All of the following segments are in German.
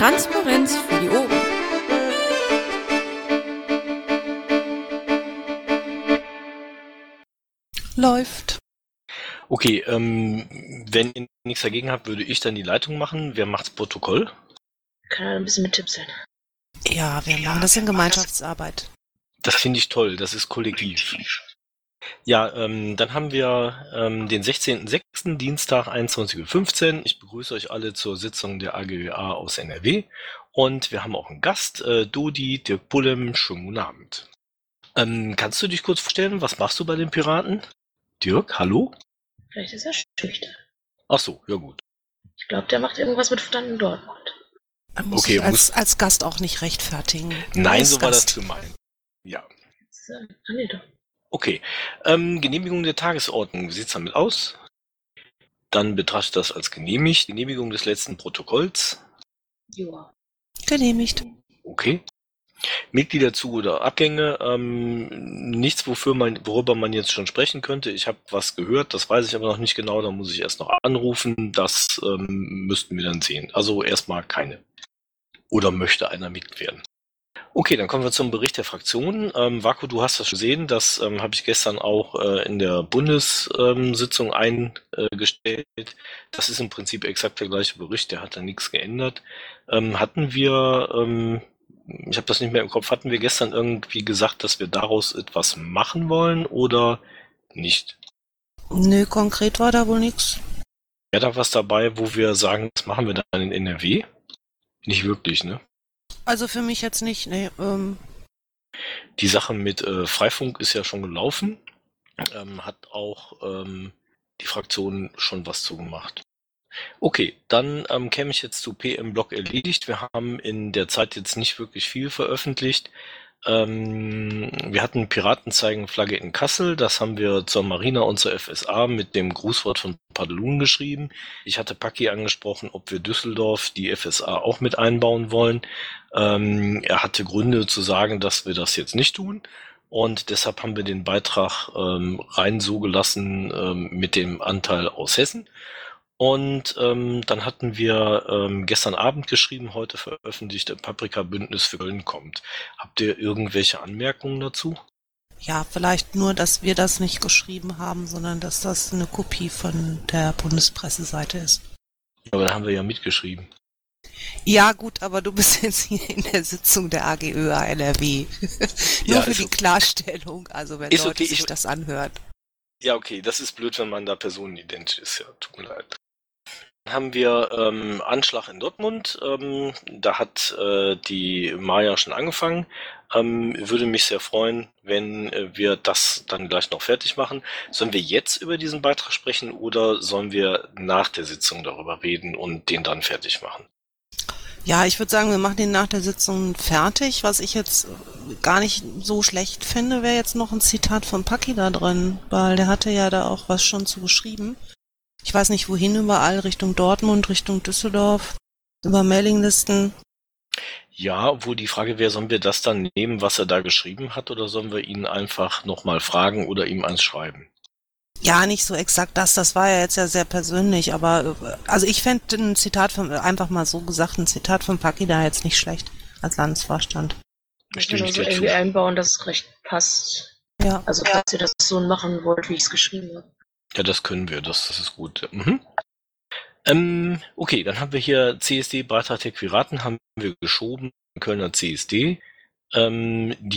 Transparenz für die Ohren. Läuft. Okay, wenn ihr nichts dagegen habt, würde ich dann die Leitung machen. Wer macht's Protokoll? Kann ein bisschen mit Tipps sein. Ja, wir machen das in Gemeinschaftsarbeit. Das finde ich toll, das ist kollektiv. Ja, dann haben wir den 16.06. Dienstag 21.15 Uhr. Ich begrüße euch alle zur Sitzung der AGÖA aus NRW. Und wir haben auch einen Gast, Dodi Dirk Pullem. Schönen guten Abend. Kannst du dich kurz vorstellen, was machst du bei den Piraten? Dirk, hallo? Vielleicht ist er schüchtern. Ach so, ja gut. Ich glaube, der macht irgendwas mit Verstanden Dortmund. Man muss Okay, sich als Gast auch nicht rechtfertigen. Nein, Als so war das Gast. gemeint. Ja. Nee, doch. Okay. Genehmigung der Tagesordnung. Wie sieht's damit aus? Dann betrachtet das als genehmigt. Genehmigung des letzten Protokolls. Joa. Genehmigt. Okay. Mitglieder zu oder Abgänge. Nichts, worüber man jetzt schon sprechen könnte. Ich habe was gehört, das weiß ich aber noch nicht genau. Da muss ich erst noch anrufen. Das müssten wir dann sehen. Also erstmal keine. Oder möchte einer Mitglied werden? Okay, dann kommen wir zum Bericht der Fraktionen. Vako, du hast das schon gesehen, das habe ich gestern auch in der Bundessitzung eingestellt. Das ist im Prinzip exakt der gleiche Bericht, der hat da nichts geändert. Hatten wir, ich habe das nicht mehr im Kopf, hatten wir gestern irgendwie gesagt, dass wir daraus etwas machen wollen oder nicht? Nö, konkret war da wohl nichts. Wäre da was dabei, wo wir sagen, das machen wir dann in NRW? Nicht wirklich, ne? Also für mich jetzt nicht, nee. Die Sache mit Freifunk ist ja schon gelaufen. Hat auch die Fraktion schon was zugemacht. Okay, dann käme ich jetzt zu PM-Blog erledigt. Wir haben in der Zeit jetzt nicht wirklich viel veröffentlicht. Wir hatten Piratenzeigenflagge in Kassel. Das haben wir zur Marina und zur FSA mit dem Grußwort von Padelun geschrieben. Ich hatte Paki angesprochen, ob wir Düsseldorf, die FSA auch mit einbauen wollen. Er hatte Gründe zu sagen, dass wir das jetzt nicht tun. Und deshalb haben wir den Beitrag rein so gelassen mit dem Anteil aus Hessen. Und dann hatten wir gestern Abend geschrieben, heute veröffentlicht, Paprika-Bündnis für Köln kommt. Habt ihr irgendwelche Anmerkungen dazu? Ja, vielleicht nur, dass wir das nicht geschrieben haben, sondern dass das eine Kopie von der Bundespresseseite ist. Aber da haben wir ja mitgeschrieben. Ja gut, aber du bist jetzt hier in der Sitzung der AGÖA NRW. Nur Ja, für ist die okay. Klarstellung, also wenn Ist Leute okay, sich das anhören. Ja, okay, das ist blöd, wenn man da personenidentisch ist. Ja, tut mir leid. Dann haben wir Anschlag in Dortmund. Da hat die Maja schon angefangen. Würde mich sehr freuen, wenn wir das dann gleich noch fertig machen. Sollen wir jetzt über diesen Beitrag sprechen oder sollen wir nach der Sitzung darüber reden und den dann fertig machen? Ja, ich würde sagen, wir machen den nach der Sitzung fertig. Was ich jetzt gar nicht so schlecht finde, wäre jetzt noch ein Zitat von Paki da drin, weil der hatte ja da auch was schon zu geschrieben. Ich weiß nicht wohin überall, Richtung Dortmund, Richtung Düsseldorf, über Mailinglisten. Ja, obwohl die Frage wäre, sollen wir das dann nehmen, was er da geschrieben hat, oder sollen wir ihn einfach nochmal fragen oder ihm eins schreiben? Ja, nicht so exakt das war ja jetzt ja sehr persönlich, aber also ich fände ein Zitat von, einfach mal so gesagt, ein Zitat von Paki da jetzt nicht schlecht als Landesvorstand. Ich Stimme kann ich so dir zu. irgendwie einbauen, dass es recht passt. Ja. Also falls ihr das so machen wollt, wie ich es geschrieben habe. Ja, das können wir, das ist gut. Okay, dann haben wir hier CSD, Beitrag der Piraten, haben wir geschoben, Kölner CSD. Die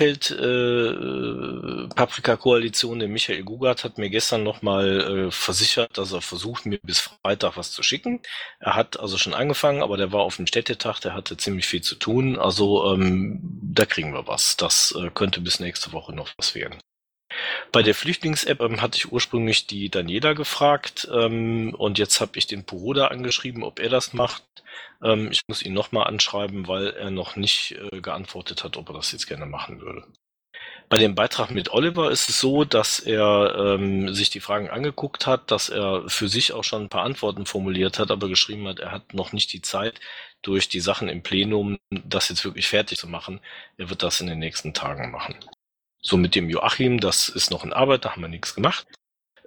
Bielefeld-Paprika-Koalition, der Michael Gugart, hat mir gestern nochmal versichert, dass er versucht, mir bis Freitag was zu schicken. Er hat also schon angefangen, aber der war auf dem Städtetag, der hatte ziemlich viel zu tun. Also da kriegen wir was. Das könnte bis nächste Woche noch was werden. Bei der Flüchtlings-App hatte ich ursprünglich die Daniela gefragt und jetzt habe ich den Puroda angeschrieben, ob er das macht. Ich muss ihn nochmal anschreiben, weil er noch nicht geantwortet hat, ob er das jetzt gerne machen würde. Bei dem Beitrag mit Oliver ist es so, dass er sich die Fragen angeguckt hat, dass er für sich auch schon ein paar Antworten formuliert hat, aber geschrieben hat, er hat noch nicht die Zeit, durch die Sachen im Plenum das jetzt wirklich fertig zu machen. Er wird das in den nächsten Tagen machen. So mit dem Joachim, das ist noch in Arbeit, da haben wir nichts gemacht.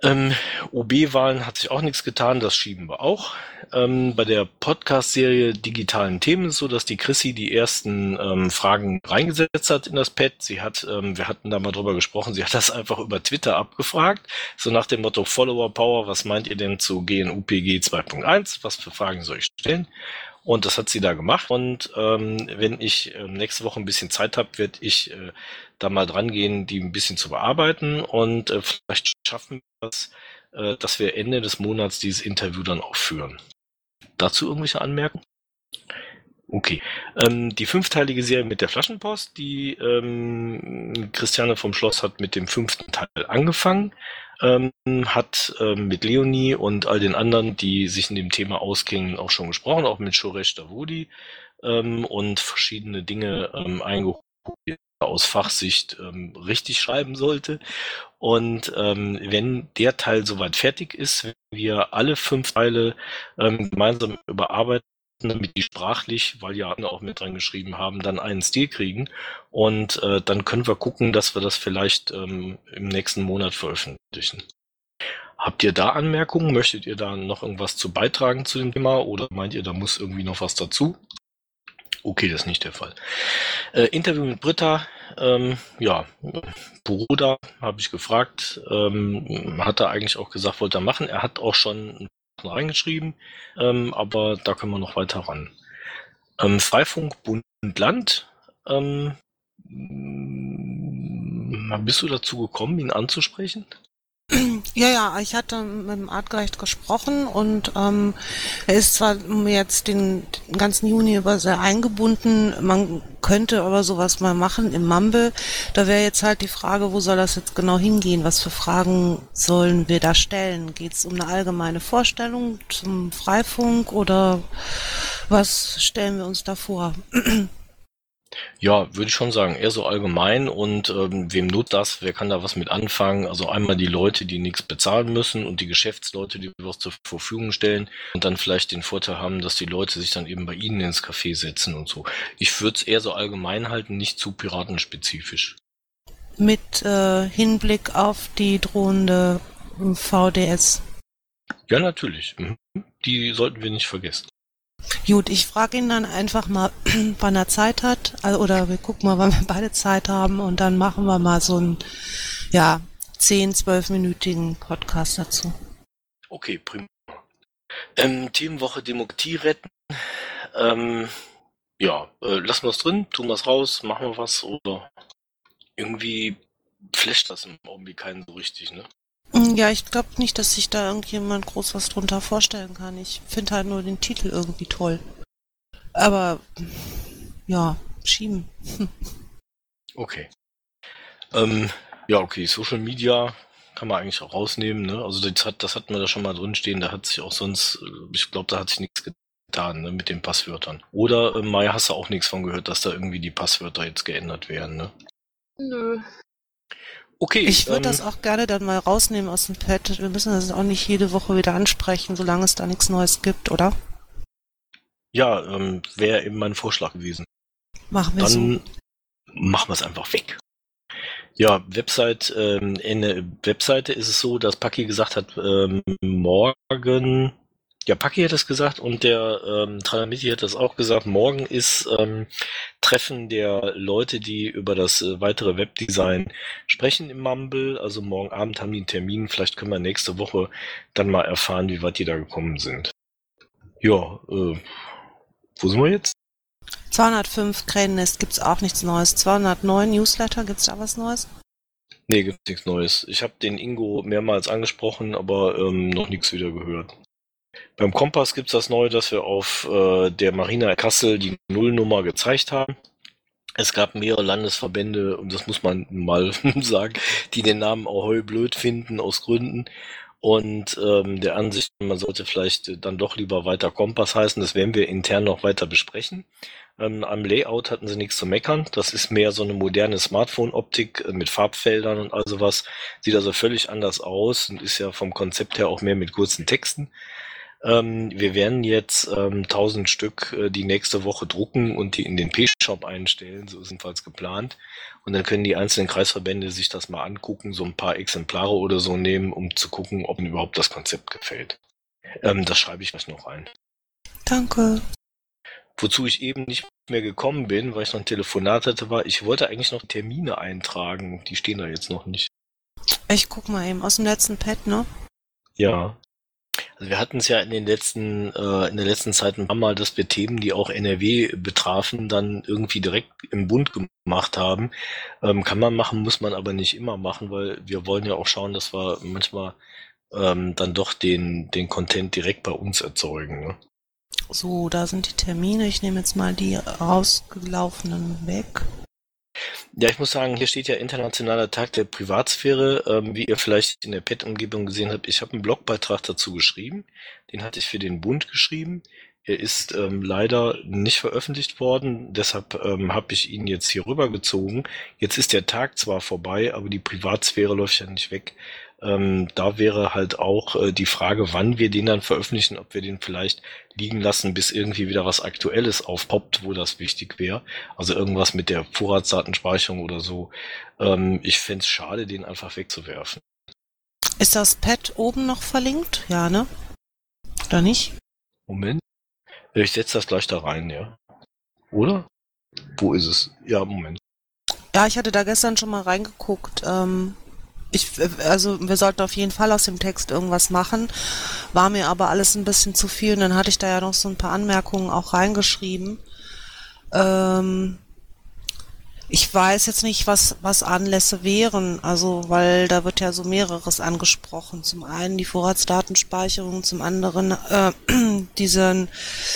OB-Wahlen hat sich auch nichts getan, das schieben wir auch. Bei der Podcast-Serie Digitalen Themen ist so, dass die Chrissy die ersten Fragen reingesetzt hat in das Pad. Sie hat, wir hatten da mal drüber gesprochen, sie hat das einfach über Twitter abgefragt, so nach dem Motto Follower Power, was meint ihr denn zu GNUPG 2.1? Was für Fragen soll ich stellen? Und das hat sie da gemacht. Und wenn ich nächste Woche ein bisschen Zeit habe, werde ich da mal dran gehen, die ein bisschen zu bearbeiten. Und vielleicht schaffen wir das, dass wir Ende des Monats dieses Interview dann auch führen. Dazu irgendwelche Anmerkungen? Okay. Die 5-teilige Serie mit der Flaschenpost, die Christiane vom Schloss hat mit dem 5. Teil angefangen. Hat mit Leonie und all den anderen, die sich in dem Thema auskennen, auch schon gesprochen, auch mit Shoresh Davoudi und verschiedene Dinge eingeholt, die er aus Fachsicht richtig schreiben sollte. Und wenn der Teil soweit fertig ist, wenn wir alle 5 Teile gemeinsam überarbeiten, damit die sprachlich, weil ja auch mit dran geschrieben haben, dann einen Stil kriegen. Und dann können wir gucken, dass wir das vielleicht im nächsten Monat veröffentlichen. Habt ihr da Anmerkungen? Möchtet ihr da noch irgendwas zu beitragen zu dem Thema? Oder meint ihr, da muss irgendwie noch was dazu? Okay, das ist nicht der Fall. Interview mit Britta, ja, Bruder, habe ich gefragt, hat er eigentlich auch gesagt, wollte er machen. Er hat auch schon reingeschrieben, aber da können wir noch weiter ran. Freifunk Bund und Land, bist du dazu gekommen, ihn anzusprechen? Ja, ich hatte mit dem Artgerecht gesprochen und er ist zwar jetzt den ganzen Juni über sehr eingebunden, man könnte aber sowas mal machen im Mumble. Da wäre jetzt halt die Frage, wo soll das jetzt genau hingehen? Was für Fragen sollen wir da stellen? Geht es um eine allgemeine Vorstellung zum Freifunk oder was stellen wir uns da vor? Ja, würde ich schon sagen, eher so allgemein und wem nutzt das, wer kann da was mit anfangen? Also einmal die Leute, die nichts bezahlen müssen und die Geschäftsleute, die was zur Verfügung stellen und dann vielleicht den Vorteil haben, dass die Leute sich dann eben bei ihnen ins Café setzen und so. Ich würde es eher so allgemein halten, nicht zu piratenspezifisch. Mit Hinblick auf die drohende VDS. Ja, natürlich. Die sollten wir nicht vergessen. Gut, ich frage ihn dann einfach mal, wann er Zeit hat, oder wir gucken mal, wann wir beide Zeit haben und dann machen wir mal so einen, 10-12-minütigen Podcast dazu. Okay, prima. Themenwoche Demokratie retten. Lassen wir es drin, tun wir es raus, machen wir was oder irgendwie flasht das im Augenblick keinen so richtig, ne? Ja, ich glaube nicht, dass sich da irgendjemand groß was drunter vorstellen kann. Ich finde halt nur den Titel irgendwie toll. Aber, ja, schieben. Okay. Okay, Social Media kann man eigentlich auch rausnehmen, ne? Also das hatten wir da schon mal drinstehen, da hat sich auch sonst, ich glaube, da hat sich nichts getan, ne, mit den Passwörtern. Oder, Mai, hast du auch nichts von gehört, dass da irgendwie die Passwörter jetzt geändert werden, ne? Nö. Okay. Ich würde das auch gerne dann mal rausnehmen aus dem Pad. Wir müssen das auch nicht jede Woche wieder ansprechen, solange es da nichts Neues gibt, oder? Ja, wäre eben mein Vorschlag gewesen. Machen wir so. Dann machen wir es einfach weg. Ja, in der Webseite ist es so, dass Paki gesagt hat, morgen, ja, Paki hat es gesagt und der Tranamiti hat das auch gesagt, morgen ist Treffen der Leute, die über das weitere Webdesign sprechen im Mumble. Also morgen Abend haben die einen Termin, vielleicht können wir nächste Woche dann mal erfahren, wie weit die da gekommen sind. Ja, wo sind wir jetzt? 205 Krähennest gibt's auch nichts Neues. 209 Newsletter, gibt's da was Neues? Nee, gibt's nichts Neues. Ich habe den Ingo mehrmals angesprochen, aber noch nichts wieder gehört. Beim Kompass gibt's das Neue, dass wir auf der Marina Kassel die Nullnummer gezeigt haben. Es gab mehrere Landesverbände, und das muss man mal sagen, die den Namen Ahoi blöd finden aus Gründen. Und der Ansicht, man sollte vielleicht dann doch lieber weiter Kompass heißen. Das werden wir intern noch weiter besprechen. Am Layout hatten sie nichts zu meckern. Das ist mehr so eine moderne Smartphone-Optik mit Farbfeldern und all sowas. Sieht also völlig anders aus und ist ja vom Konzept her auch mehr mit kurzen Texten. Wir werden jetzt 1000 Stück die nächste Woche drucken und die in den P-Shop einstellen, so ist jedenfalls geplant. Und dann können die einzelnen Kreisverbände sich das mal angucken, so ein paar Exemplare oder so nehmen, um zu gucken, ob ihnen überhaupt das Konzept gefällt. Das schreibe ich gleich noch ein. Danke. Wozu ich eben nicht mehr gekommen bin, weil ich noch ein Telefonat hatte, war, ich wollte eigentlich noch Termine eintragen. Die stehen da jetzt noch nicht. Ich guck mal eben aus dem letzten Pad, ne? Ja. Also wir hatten es ja in der letzten Zeit ein paar Mal, dass wir Themen, die auch NRW betrafen, dann irgendwie direkt im Bund gemacht haben. Kann man machen, muss man aber nicht immer machen, weil wir wollen ja auch schauen, dass wir manchmal dann doch den Content direkt bei uns erzeugen. Ne? So, da sind die Termine. Ich nehme jetzt mal die rausgelaufenen weg. Ja, ich muss sagen, hier steht ja Internationaler Tag der Privatsphäre. Wie ihr vielleicht in der PET-Umgebung gesehen habt, ich habe einen Blogbeitrag dazu geschrieben. Den hatte ich für den Bund geschrieben. Er ist leider nicht veröffentlicht worden, deshalb habe ich ihn jetzt hier rübergezogen. Jetzt ist der Tag zwar vorbei, aber die Privatsphäre läuft ja nicht weg. Da wäre halt auch die Frage, wann wir den dann veröffentlichen, ob wir den vielleicht liegen lassen, bis irgendwie wieder was Aktuelles aufpoppt, wo das wichtig wäre. Also irgendwas mit der Vorratsdatenspeicherung oder so. Ich fände es schade, den einfach wegzuwerfen. Ist das Pad oben noch verlinkt? Ja, ne? Oder nicht? Moment. Ich setze das gleich da rein, ja. Oder? Wo ist es? Ja, Moment. Ja, ich hatte da gestern schon mal reingeguckt. Also wir sollten auf jeden Fall aus dem Text irgendwas machen. War mir aber alles ein bisschen zu viel und dann hatte ich da ja noch so ein paar Anmerkungen auch reingeschrieben. Ich weiß jetzt nicht, was Anlässe wären, also weil da wird ja so mehreres angesprochen. Zum einen die Vorratsdatenspeicherung, zum anderen diesen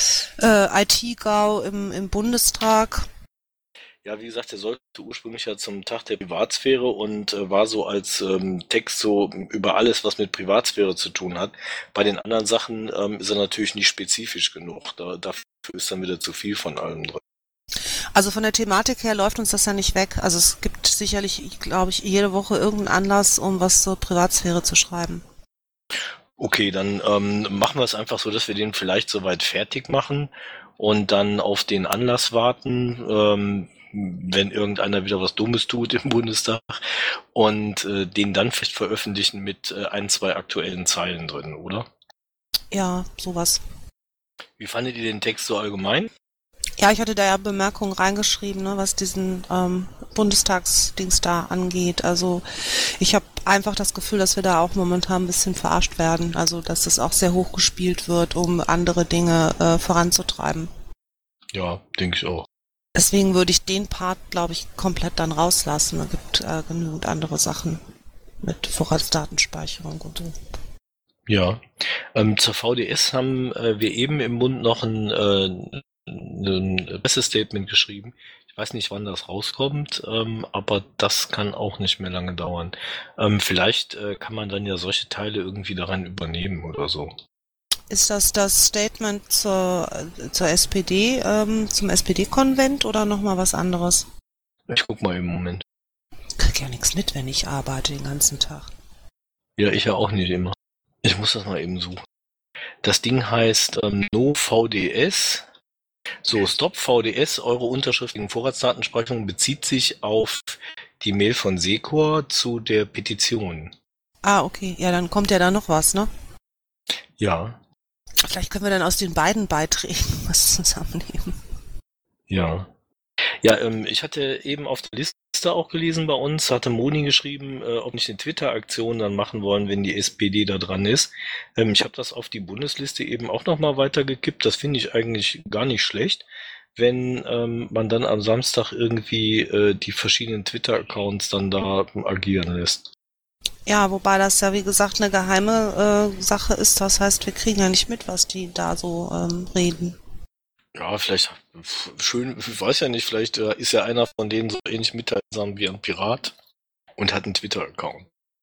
IT-GAU im Bundestag. Ja, wie gesagt, der sollte ursprünglich ja zum Tag der Privatsphäre und war so als Text so über alles, was mit Privatsphäre zu tun hat. Bei den anderen Sachen ist er natürlich nicht spezifisch genug. Dafür ist dann wieder zu viel von allem drin. Also von der Thematik her läuft uns das ja nicht weg. Also es gibt sicherlich, glaube ich, jede Woche irgendeinen Anlass, um was zur Privatsphäre zu schreiben. Okay, dann machen wir es einfach so, dass wir den vielleicht soweit fertig machen und dann auf den Anlass warten, wenn irgendeiner wieder was Dummes tut im Bundestag und den dann vielleicht veröffentlichen mit 1, 2 aktuellen Zeilen drin, oder? Ja, sowas. Wie fandet ihr den Text so allgemein? Ja, ich hatte da ja Bemerkungen reingeschrieben, ne, was diesen Bundestagsdings da angeht. Also ich habe einfach das Gefühl, dass wir da auch momentan ein bisschen verarscht werden. Also dass das auch sehr hoch gespielt wird, um andere Dinge voranzutreiben. Ja, denke ich auch. Deswegen würde ich den Part, glaube ich, komplett dann rauslassen. Es gibt genügend andere Sachen mit Vorratsdatenspeicherung und so. Ja, zur VDS haben wir eben im Bund noch ein Pressestatement geschrieben. Ich weiß nicht, wann das rauskommt, aber das kann auch nicht mehr lange dauern. Vielleicht kann man dann ja solche Teile irgendwie daran übernehmen oder so. Ist das Statement zur SPD, zum SPD-Konvent oder nochmal was anderes? Ich guck mal im Moment. Ich krieg ja nichts mit, wenn ich arbeite den ganzen Tag. Ja, ich ja auch nicht immer. Ich muss das mal eben suchen. Das Ding heißt No VDS. So, Stop VDS, eure Unterschrift gegen Vorratsdatenspeicherung bezieht sich auf die Mail von Secor zu der Petition. Ah, okay. Ja, dann kommt ja da noch was, ne? Ja. Vielleicht können wir dann aus den beiden Beiträgen was zusammennehmen. Ja. Ja, ich hatte eben auf der Liste auch gelesen bei uns, hatte Moni geschrieben, ob nicht eine Twitter-Aktion dann machen wollen, wenn die SPD da dran ist. Ich habe das auf die Bundesliste eben auch nochmal weitergekippt. Das finde ich eigentlich gar nicht schlecht, wenn man dann am Samstag irgendwie die verschiedenen Twitter-Accounts dann da agieren lässt. Ja, wobei das ja wie gesagt eine geheime Sache ist. Das heißt, wir kriegen ja nicht mit, was die da so reden. Ja, vielleicht schön, ich weiß ja nicht, vielleicht ist ja einer von denen so ähnlich mitteilsam wie ein Pirat und hat einen Twitter-Account.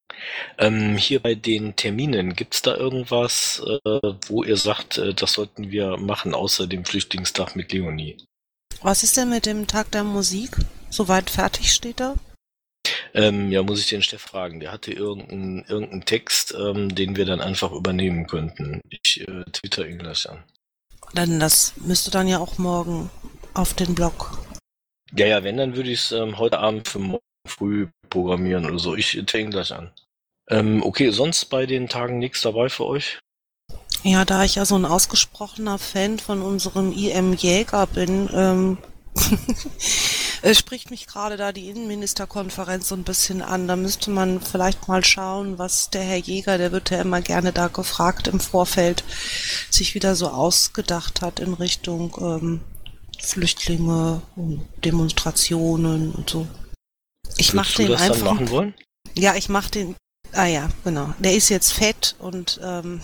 Hier bei den Terminen, gibt's da irgendwas, wo ihr sagt, das sollten wir machen, außer dem Flüchtlingstag mit Leonie? Was ist denn mit dem Tag der Musik? Soweit fertig steht da? Ja, muss ich den Steff fragen. Der hatte irgendeinen Text, den wir dann einfach übernehmen könnten. Ich twitter ihn gleich an. Denn das müsste dann ja auch morgen auf den Blog. Ja, wenn, dann würde ich es heute Abend für morgen früh programmieren oder so. Ich twitter ihn gleich an. Okay, sonst bei den Tagen nichts dabei für euch? Ja, da ich ja so ein ausgesprochener Fan von unserem IM Jäger bin, spricht mich gerade da die Innenministerkonferenz so ein bisschen an. Da müsste man vielleicht mal schauen, was der Herr Jäger, der wird ja immer gerne da gefragt im Vorfeld, sich wieder so ausgedacht hat in Richtung Flüchtlinge und Demonstrationen und so. Ich mach Würdest du den das dann einfach. machen wollen? Ja, ich mach den. Ah ja, genau. Der ist jetzt fett und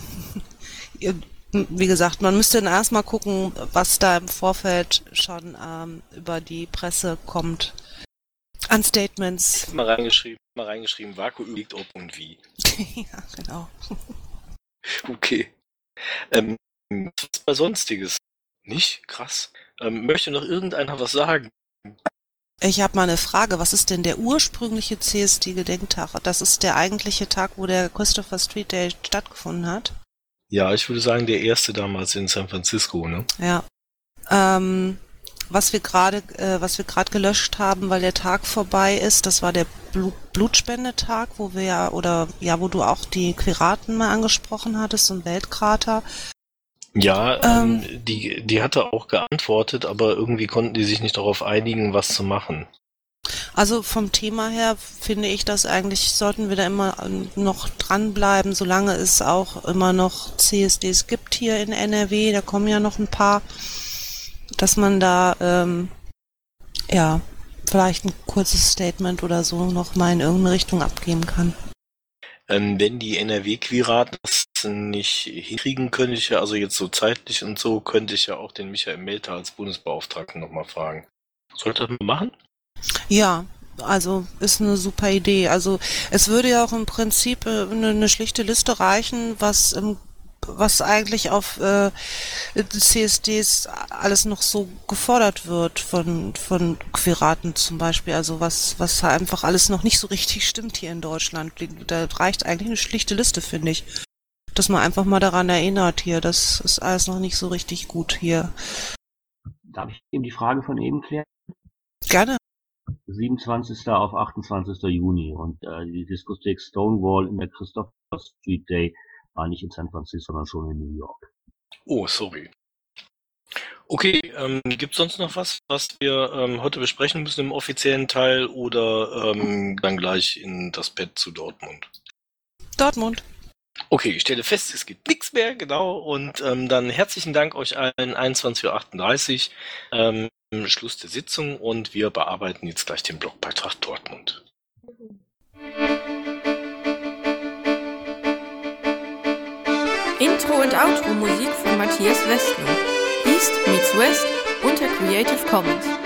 wie gesagt, man müsste dann erstmal gucken, was da im Vorfeld schon über die Presse kommt. An Statements. Mal reingeschrieben, Vaku überlegt ob und wie. Ja, genau. Okay. Was bei Sonstiges? Nicht? Krass. Möchte noch irgendeiner was sagen? Ich habe mal eine Frage. Was ist denn der ursprüngliche CSD-Gedenktag? Das ist der eigentliche Tag, wo der Christopher Street Day stattgefunden hat? Ja, ich würde sagen, der erste damals in San Francisco, ne? Ja. Was wir gerade gelöscht haben, weil der Tag vorbei ist, das war der Blutspendetag, wo wir wo du auch die Quiraten mal angesprochen hattest und Weltkrater. Ja, die hatte auch geantwortet, aber irgendwie konnten die sich nicht darauf einigen, was zu machen. Also vom Thema her finde ich, dass eigentlich sollten wir da immer noch dranbleiben, solange es auch immer noch CSDs gibt hier in NRW, da kommen ja noch ein paar, dass man da vielleicht ein kurzes Statement oder so noch mal in irgendeine Richtung abgeben kann. Wenn die NRW-Quiraten das nicht hinkriegen, könnte ich ja, also jetzt so zeitlich und so, könnte ich ja auch den Michael Melter als Bundesbeauftragten nochmal fragen. Sollte das mal machen? Ja, also ist eine super Idee. Also es würde ja auch im Prinzip eine schlichte Liste reichen, was eigentlich auf CSDs alles noch so gefordert wird von Quiraten zum Beispiel. Also was einfach alles noch nicht so richtig stimmt hier in Deutschland. Da reicht eigentlich eine schlichte Liste, finde ich. Dass man einfach mal daran erinnert hier, das ist alles noch nicht so richtig gut hier. Darf ich eben die Frage von eben klären? Gerne. 27. auf 28. Juni und die Diskothek Stonewall in der Christopher Street Day war nicht in San Francisco, sondern schon in New York. Oh, sorry. Okay, gibt es sonst noch was wir heute besprechen müssen im offiziellen Teil oder dann gleich in das Pad zu Dortmund? Dortmund. Okay, ich stelle fest, es gibt nichts mehr, genau. Und dann herzlichen Dank euch allen, 21:38 Uhr, Schluss der Sitzung und wir bearbeiten jetzt gleich den Blogbeitrag Dortmund. Intro und Outro Musik von Matthias Westner. East meets West unter Creative Commons.